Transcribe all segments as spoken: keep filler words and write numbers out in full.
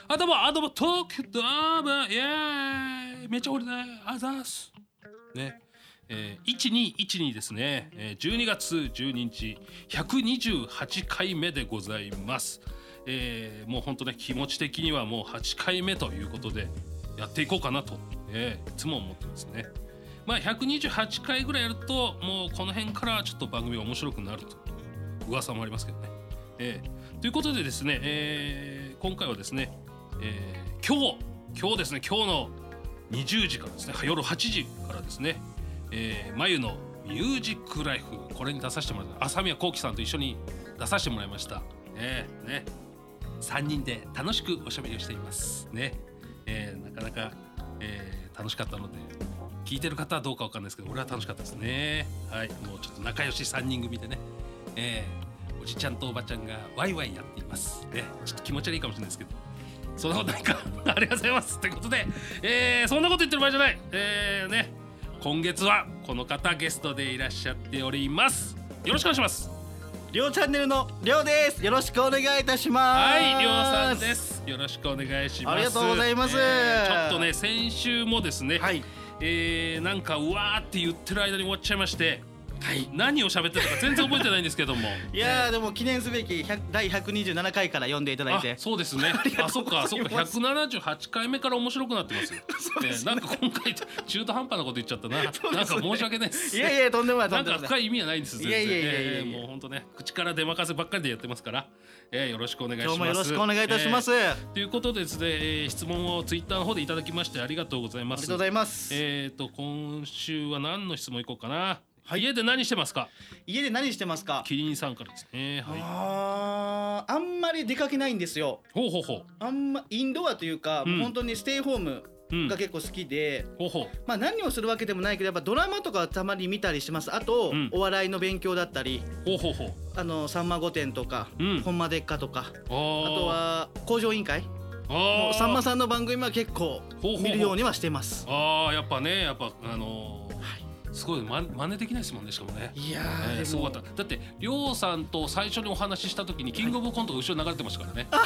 あどうもあどうも東京どうもイエーイめっちゃ俺だあざーすねえー、いちにいちにですね、えー、じゅうにがつじゅうににちひゃくにじゅうはちかいめでございます、えー、もうほんとね気持ち的にはもうはちかいめということでやっていこうかなと、えー、いつも思ってますね。まあひゃくにじゅうはちかいぐらいやるともうこの辺からちょっと番組が面白くなると噂もありますけどね、えー、ということでですね、えー、今回はですね、えー、今日今日ですね今日のにじゅうじからですね夜はちじからですねえー、まゆのミュージックライフこれに出させてもらった朝宮幸輝さんと一緒に出させてもらいました、えー、ねさんにんで楽しくおしゃべりをしていますね、えー、なかなか、えー、楽しかったので聞いてる方はどうかわかんないですけど俺は楽しかったですね。はいもうちょっと仲良しさんにん組でね、えー、おじちゃんとおばちゃんがワイワイやっていますね。ちょっと気持ち悪いかもしれないですけどそんなことないかありがとうございますということで、えー、そんなこと言ってる場合じゃない、えー、ね今月はこの方ゲストでいらっしゃっております。よろしくお願いします。 りょうチャンネルのりょうです。よろしくお願いいたします。 はいりょうさんです。よろしくお願いします。 ありがとうございます、 えー、ちょっとね先週もですね、 はいえー、なんかうわーって言ってる間に終わっちゃいまして、 はい、 何を喋ってたか全然覚えてないんですけどもいやーでも記念すべきだいひゃくにじゅうななかいから読んでいただいてあそうですねあそっかそっかひゃくななじゅうはちかいめから面白くなってますよそうですね、なんか今回中途半端なこと言っちゃったな、なんか申し訳ないです。 いやいやとんでもないなんか深い意味はないんです全然。 いやいやいやいやいや、 えー、もう本当ね口から出まかせばっかりでやってますから、えー、よろしくお願いします。 今日もよろしくお願いいたします、えー、ということでですね、えー、質問をツイッターの方でいただきましてありがとうございます。 ありがとうございます。 えーと今週は何の質問いこうかな。 はい、 家で何してますか。 家で何してますか。 キリンさんからですね、はい、 ああんまり出かけないんですよ。 ほうほうほう。 あんまインドアというか、うん、もう本当にステイホームが結構好きで、 うん、ほうほうまあ何をするわけでもないけどやっぱドラマとかたまに見たりします。あと、うん、お笑いの勉強だったり、 ほうほうほうあのさんま御殿とか、うん、ほんまでっかとか、あとは工場委員会もうさんまさんの番組は結構見るようにはしてます。 ほうほうほう。ああやっぱねやっぱあのーはいすごいま真似できないですもんねしかもね。 いやー、 えー、すごかった。だってりょうさんと最初にお話しした時にキングオブコントが後ろに流れてましたからね、はい、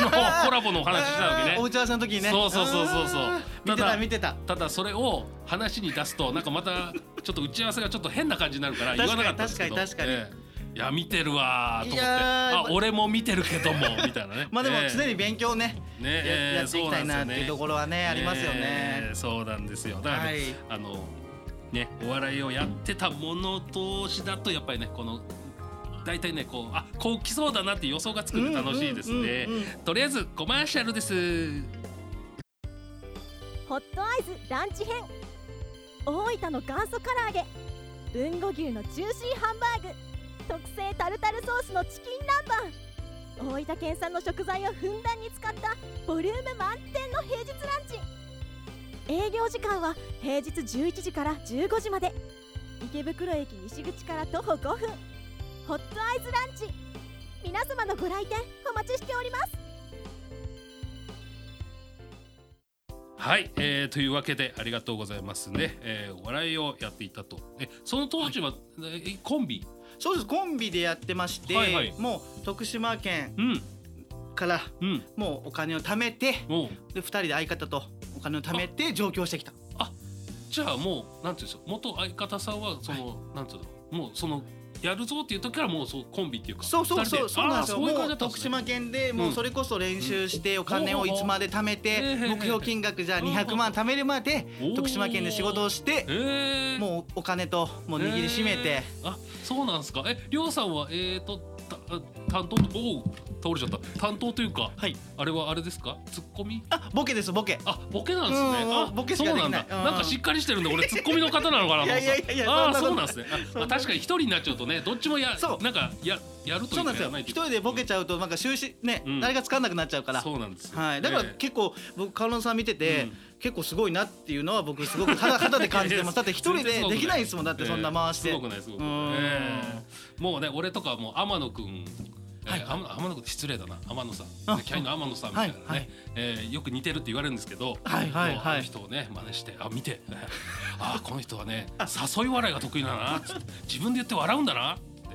あのコラボのお話しした時ねお打ち合わせの時にね。 そうそうそうそうそう見てた見てた。 ただそれを話に出すとなんかまたちょっと打ち合わせがちょっと変な感じになるから言わなかったんですけど確かに確かに、 えー、いや見てるわーと思ってあ俺も見てるけどもみたいなねまあでも常に勉強ね、 えー、 や, やっていきたいなっていうところはね、えー、ありますよね、 えー、そうなんですよ。だから、ねはい、あのね、お笑いをやってた者同士だとやっぱりねこの大体ねこうあこう来そうだなって予想がつくの楽しいですね。とりあえずコマーシャルです。 ホットアイズランチ編大分の元祖唐揚げ豊後牛のジューシーハンバーグ特製タルタルソースのチキン南蛮大分県産の食材をふんだんに使ったボリューム満点の平日ランチ。営業時間は平日じゅういちじからじゅうごじまで。池袋駅西口から徒歩ごふん。ホットアイズランチ、皆様のご来店お待ちしております。 はい、えー、というわけでありがとうございますね、えー、お笑いをやっていたと。えその当時は、はい、コンビ。 そうですコンビでやってまして、はいはい、もう徳島県から、うん、もうお金を貯めて、うん、でふたりで相方とお金を貯めて上京してきた。 あじゃあもうなんていうんですか元相方さんはその、はい、なんていうのもうそのやるぞっていう時からもうそうコンビっていうかそうそうそうそうなんですよ。もう徳島県でもうそれこそ練習してお金をいつまで貯めて目標金額じゃあにひゃくまん貯めるまで徳島県で仕事をしてもうお金ともう握りしめて。 あそうなんですか。えりょうさんはえーと担当とおお倒れちゃった担当というか、はい、あれはあれですかツッコミ。 あボケですボケ。 あボケなんですね。あボケしかできない。 なんかしっかりしてるんで俺ツッコミの方なのかなと思って。いやいやいやあそうなんですね。あ確かに一人になっちゃうとねどっちもやなんかややるというかやらないというか。そうなんですよ。一人でボケちゃうとなんか終始ね、うん、誰がつかんなくなっちゃうから。 そうなんです。 はいだから結構僕川野さん見てて、うん、結構すごいなっていうのは僕すごく肌肌で感じてます。だって一人でできないですもんだってそんな回して。 すごくないすごくない。えー、もうね俺とかもう天野くん。はい、天野君失礼だな天野さんキャインの天野さんみたいなね、はいはいえー、よく似てるって言われるんですけど、はいはいはい、あの人をね真似してあ見てあこの人はね誘い笑いが得意だなって自分で言って笑うんだなって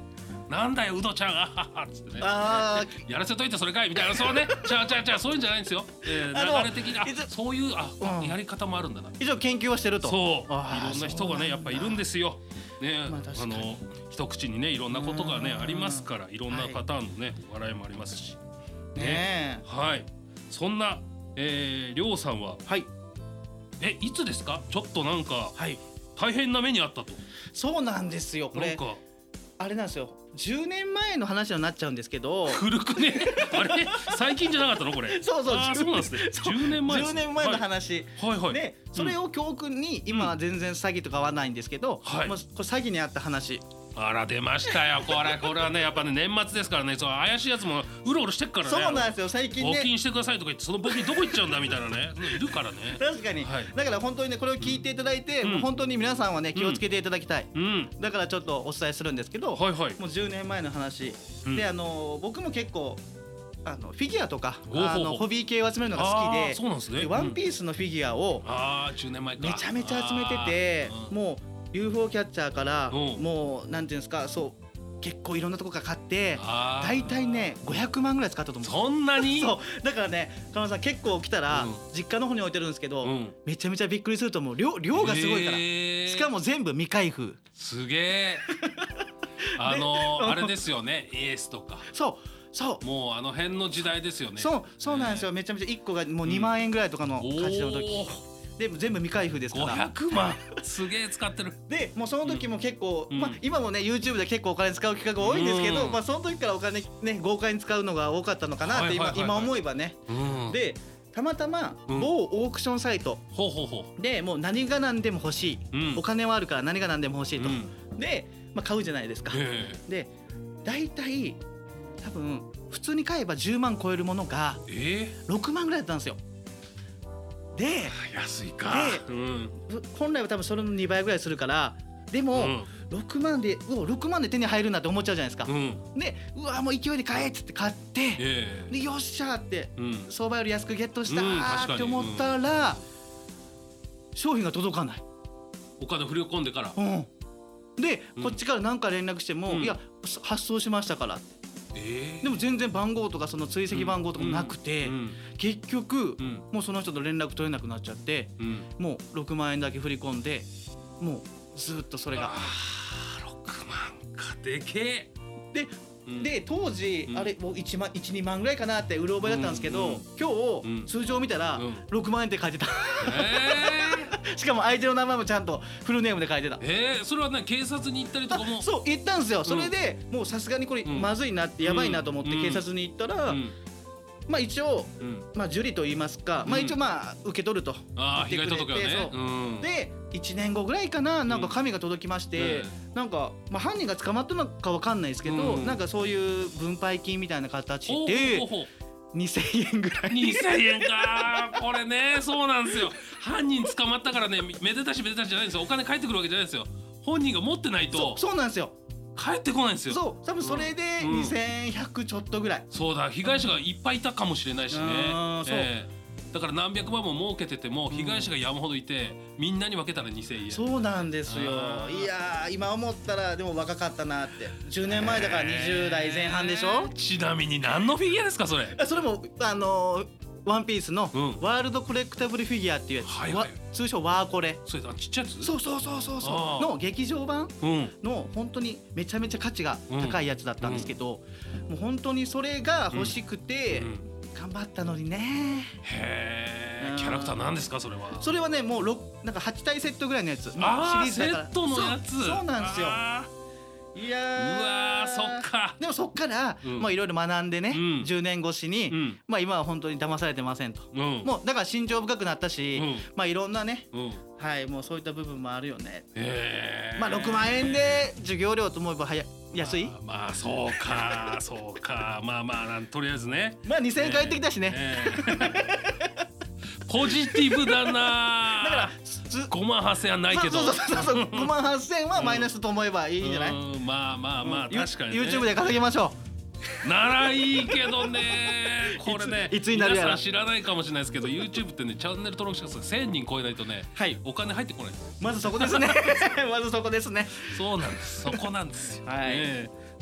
なんだよウドちゃんあははっつってねあやらせといてそれかいみたいなそうねじゃあじゃあじゃあそういうんじゃないんですよ、えー、流れ的にあそういうあ、うん、やり方もあるんだな以上研究はしてるとそういろんな人がねやっぱいるんですよね、まあ、あの一口にねいろんなことがねありますからいろんなパターンのね、はい、笑いもありますしね, ねはいそんな、えー、りょうさんは、はい、えいつですかちょっとなんか、はい、大変な目にあったと。 そうなんですよこれあれなんですよじゅうねんまえの話になっちゃうんですけど古くねあれ最近じゃなかったのこれそうそうそうなんですねじゅうねんまえじゅうねんまえの話、はいはいはい、でそれを教訓に今は全然詐欺とかはないんですけど、うん、もうこれ詐欺にあった話あら出ましたよこれこれはねやっぱね年末ですからねそう怪しいやつもうろうろしてっからねそうなんですよ最近ね募金してくださいとか言ってその募金どこ行っちゃうんだみたいなねいるからね確かに、はい、だから本当にねこれを聞いていただいて、うん、もう本当に皆さんはね気をつけていただきたい、うん、だからちょっとお伝えするんですけど、はいはい、もうじゅうねんまえの話、うん、であの僕も結構あのフィギュアとかあのホビー系を集めるのが好きでそうなんですね、 でワンピースのフィギュアをじゅうねんまえかめちゃめちゃ集めててもう ユーフォー キャッチャーからもうなんていうんですかそう結構いろんなとこから買ってだいたいねごひゃくまんぐらい使ったと思う。 そんなにそうだからね加納さん結構来たら、うん、実家の方に置いてるんですけど、うん、めちゃめちゃびっくりすると思う 量, 量がすごいから、しかも全部未開封すげえあのー、あれですよねイエスとかそうそうもうあの辺の時代ですよね。 そうそうなんですよ、めちゃめちゃいっこがもうにまんえんぐらいとかの価値の時、うん、で全部未開封ですからごひゃくまんすげえ使ってるでもうその時も結構、うんまあ、今もね YouTube で結構お金使う企画が多いんですけど、うんまあ、その時からお金ね豪快に使うのが多かったのかなって 今,、はいはいはいはい、今思えばね、うん、でたまたま某オークションサイトでもう何が何でも欲しい、うん、お金はあるから何が何でも欲しいと、うん、で、まあ、買うじゃないですか、えー、で大体多分普通に買えばじゅうまん超えるものがろくまんぐらいだったんですよ。で安いかで、うん、本来は多分それのにばいぐらいするからでも、うん、ろくまんでうわろくまんで手に入るなって思っちゃうじゃないですか、うん、でうわもう勢いで買えっつって買って、えー、でよっしゃーって、うん、相場より安くゲットしたーって思ったら、うん、商品が届かないお金振り込んでから、 うん、で、うん、こっちから何か連絡しても、うん、いや発送しましたからってえー、でも全然番号とかその追跡番号とかもなくて、うんうん、結局、うん、もうその人と連絡取れなくなっちゃって、うん、もうろくまんえんだけ振り込んでもうずっとそれがあろくまんかでけえで、うん、で当時、うん、あれもういち、にまんぐらいかなってうる覚えだったんですけど、うん、今日、通常見たら、うん、ろくまんえんって書いてた、えーしかも相手の名前もちゃんとフルネームで書いてた。 えー、それはね警察に行ったりとかもそう行ったんですよ、うん、それでもうさすがにこれまずいなってやばいなと思って警察に行ったら、うん、まあ一応、うん、まあ受理と言いますか、うん、まあ一応まあ受け取るとあ被害届はね、 うん、でいちねんごぐらいかななんか紙が届きまして、うん、なんか、まあ、犯人が捕まったのかわかんないですけど、うん、なんかそういう分配金みたいな形でにせんえんぐらいにせんえんかこれねそうなんですよ犯人捕まったからねめでたしめでたしじゃないんですよお金返ってくるわけじゃないんですよ本人が持ってないとそうそうなんですよ返ってこないんですよそう多分それでにせんひゃくちょっとぐらい、 うん、そうだ被害者がいっぱいいたかもしれないしね、うんそうえーだから何百万も儲けてても被害者が山ほどいて、うん、みんなに分けたらにせんえんそうなんですよいや今思ったらでも若かったなってじゅうねんまえだからにじゅうだいぜん半でしょちなみに何のフィギュアですかそれそれもあのーワンピースのワールドコレクタブルフィギュアっていうやつ、はいはい、通称ワーコレそれちっちゃいやつそうそうそうそうそうの劇場版の本当にめちゃめちゃ価値が高いやつだったんですけど、うん、もう本当にそれが欲しくて、うんうん頑張ったのにねへーキャラクターなんですかそれはそれはねもうなんかはちたいセットぐらいのやつあーシリーズだからセットのやつそう、そうなんですよいやーうわーそっかでもそっからいろいろ学んでね、うん、じゅうねん越しに、うん、まあ今は本当に騙されてませんと、うん、もうだから心情深くなったし、うん、まあいろんなね、うん、はいもうそういった部分もあるよねへーまあろくまんえんで授業料と思えば早い安い、 まあ、まあそうかそうかまあまあとりあえずねまあにせんえん返ってきたしね、 えーえー、ポジティブだなだからごまんはっせんはないけど、 まあ、そうそうそうそうごまんはっせんはマイナスと思えばいいんじゃない、 うん、まあまあまあ、うん、確かにね YouTube で稼ぎましょうならいいけどねこれねいつになるやら皆さん知らないかもしれないですけど YouTube ってねチャンネル登録者数せんにん超えないとね、はい、お金入ってこないまずそこですねまずそこですねそうなんですそこなんですよ、 はいね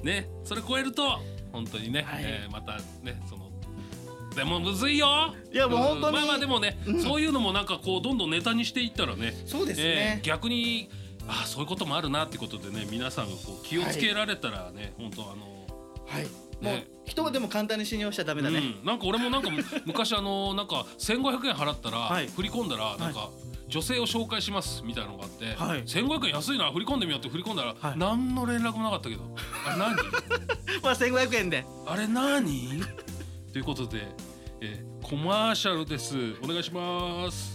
ねそれ超えると本当にね、はいえー、またねそのでもむずいよ。 いやもう本当に、 うん、まあまあでもね、うん、そういうのもなんかこうどんどんネタにしていったらねそうですね、 えー、逆にあそういうこともあるなってことでね皆さんがこう気をつけられたらね、はい、本当あのはいもう人でも簡単に信用しちゃダメだね、 うん、なんか俺もなんか昔あのなんかせんごひゃくえん払ったら、はい、振り込んだらなんか、はい女性を紹介しますみたいなのがあって、はい、せんごひゃくえん安いな振り込んでみようって振り込んだら、はい、何の連絡もなかったけどあれ何まあせんごひゃくえんであれ何ということで、えー、コマーシャルですお願いします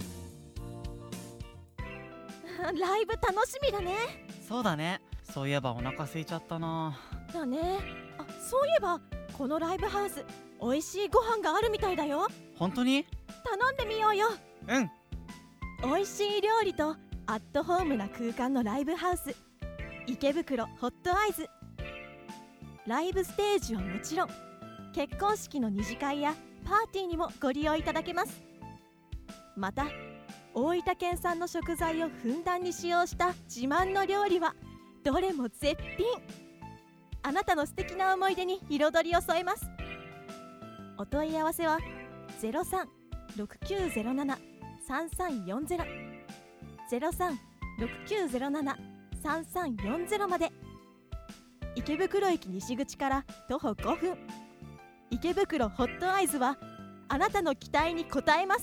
ライブ楽しみだねそうだねそういえばお腹空いちゃったなだねあそういえばこのライブハウス美味しいご飯があるみたいだよ本当に頼んでみようようん美味しい料理とアットホームな空間のライブハウス池袋ホットアイズライブステージはもちろん結婚式の二次会やパーティーにもご利用いただけますまた大分県産の食材をふんだんに使用した自慢の料理はどれも絶品あなたの素敵な思い出に彩りを添えますお問い合わせは ゼロさん ろくきゅうゼロなな さんさんよんゼロ ゼロさん ろくきゅうゼロなな さんさんよんゼロまで池袋駅西口から徒歩ごふん池袋ホットアイズはあなたの期待に応えます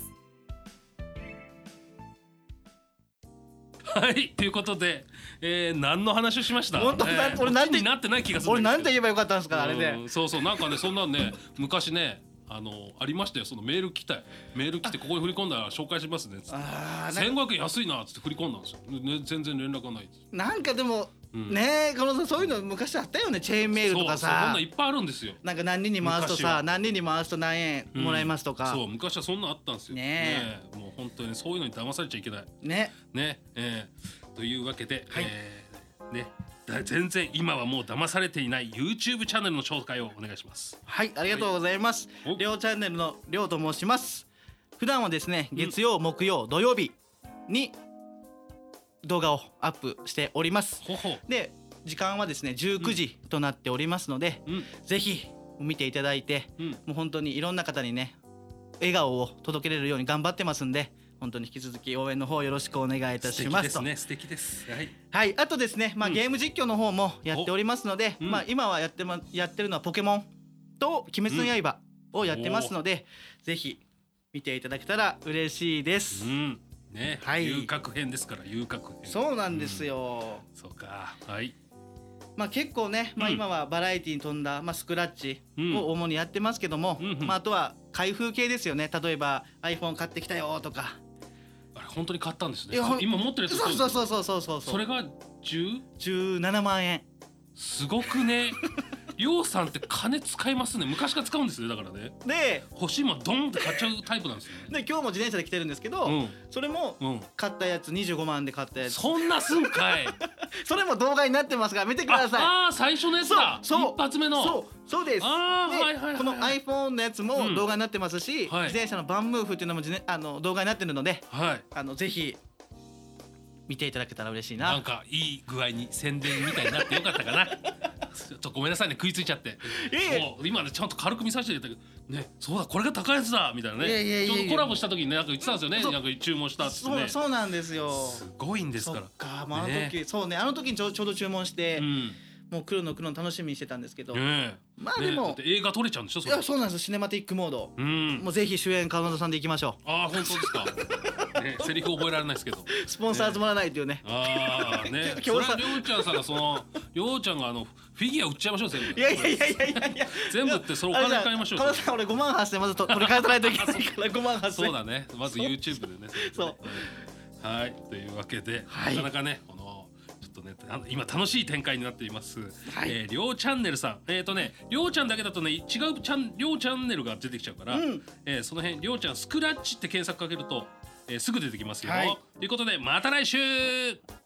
はいということで、えー、何の話をしました本当だ、えー、俺なんてなってない気がする俺なんて言えばよかったんですかあれでそうそうなんかねそんなんね昔ねあのありましたよそのメール来たメール来てここに振り込んだら紹介しますねっつってせんごひゃくえん安いなっつって振り込んだんですよ、ね、全然連絡がないなんかでも、うん、ねえこのそういうの昔あったよねチェーンメールとかさそうそんないっぱいあるんですよなんか何人に回すとさ何人に回すと何円もらえますとか、 うん、そう昔はそんなあったんですよ ね, ねもう本当にそういうのに騙されちゃいけないねねえー、というわけで、はいえー、ね全然今はもう騙されていない YouTube チャンネルの紹介をお願いしますはいありがとうございます、はい、りょうチャンネルのりょうと申します普段はですね月曜、うん、木曜土曜日に動画をアップしておりますほほで時間はですねじゅうくじとなっておりますので、うん、ぜひ見ていただいて、うん、もう本当にいろんな方にね笑顔を届けれるように頑張ってますんで本当に引き続き応援の方よろしくお願いいたしますと。 素敵ですね素敵です、はい、 はい、あとですね、まあ、ゲーム実況の方もやっておりますので、うんまあ、今はやって、ま、やってるのはポケモンと鬼滅の刃をやってますので、うん、ぜひ見ていただけたら嬉しいです、 うんねはい、遊郭編ですから遊郭編そうなんですよ、 うん、そうかはいまあ、結構ね、まあ、今はバラエティに富んだ、まあ、スクラッチを主にやってますけども、うんまあ、あとは開封系ですよね例えば iPhone 買ってきたよとかあれ本当に買ったんですね今持ってるやつそうそうそうそうそうそうそれがじゅうじゅうななまんえんすごくねりょうさんって金使いますね昔から使うんですねだからねで欲しいもんドンって買っちゃうタイプなんですよねで今日も自転車で来てるんですけど、うん、それも買ったやつにじゅうごまんで買ったやつそんなすんかいそれも動画になってますから見てくださいああ最初のやつだ一発目のそうそうですで、はいはい、この iPhone のやつも動画になってますし、うんはい、自転車のバンムーフっていうのもあの動画になってるので、はい、あのぜひ見ていただけたら嬉しいななんかいい具合に宣伝みたいになってよかったかなちょっとごめんなさいね食いついちゃってそう今ねちゃんと軽く見させていただいたけどねそうだこれが高いやつだみたいなねちょうどコラボした時にねなんか言ってたんですよねなんか注文したっつってねそうそうなんですよすごいんですからそっか、まあ、あの時、ね、そうねあの時にちょ、ちょうど注文して、うんもう来るの来るの楽しみにしてたんですけど、ね、まあでも、ね、 映画撮れちゃうんでしょそれいやそうなんですシネマティックモード、うん、もうぜひ主演川野さんでいきましょうああ本当ですか、ね、セリフ覚えられないですけどスポンサー集まらないっていうねああねそれはりょうちゃんさんがそのりょうちゃんがあのフィギュア売っちゃいましょう全部いやいやいやいやいやいや全部ってそれお金買いましょう川野さん俺ごまんはっせんまず取り返さないといけないからごまんはっせんそうだねまず YouTube でねそうはいというわけで、はい、なかなかねこの今楽しい展開になっています、はいえー、りょうチャンネルさんえっ、ー、とねりょうちゃんだけだとね違うチャンりょうチャンネルが出てきちゃうから、うんえー、その辺りょうちゃんスクラッチって検索かけると、えー、すぐ出てきますよ、はい、ということでまた来週。